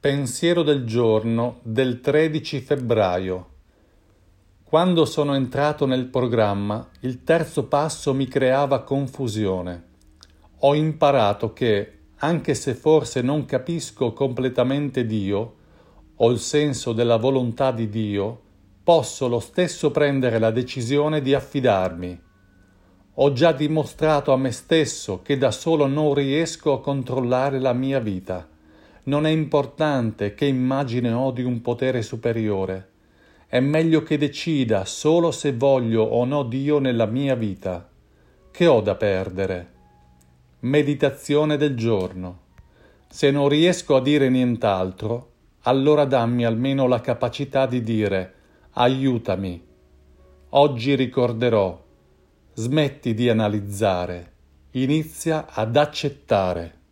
Pensiero del giorno del 13 febbraio. Quando sono entrato nel programma, il terzo passo mi creava confusione. Ho imparato che, anche se forse non capisco completamente Dio, o il senso della volontà di Dio, posso lo stesso prendere la decisione di affidarmi. Ho già dimostrato a me stesso che da solo non riesco a controllare la mia vita. Non è importante che immagine ho di un potere superiore. È meglio che decida solo se voglio o no Dio nella mia vita. Che ho da perdere? Meditazione del giorno. Se non riesco a dire nient'altro, allora dammi almeno la capacità di dire aiutami. Oggi ricorderò: smetti di analizzare, inizia ad accettare.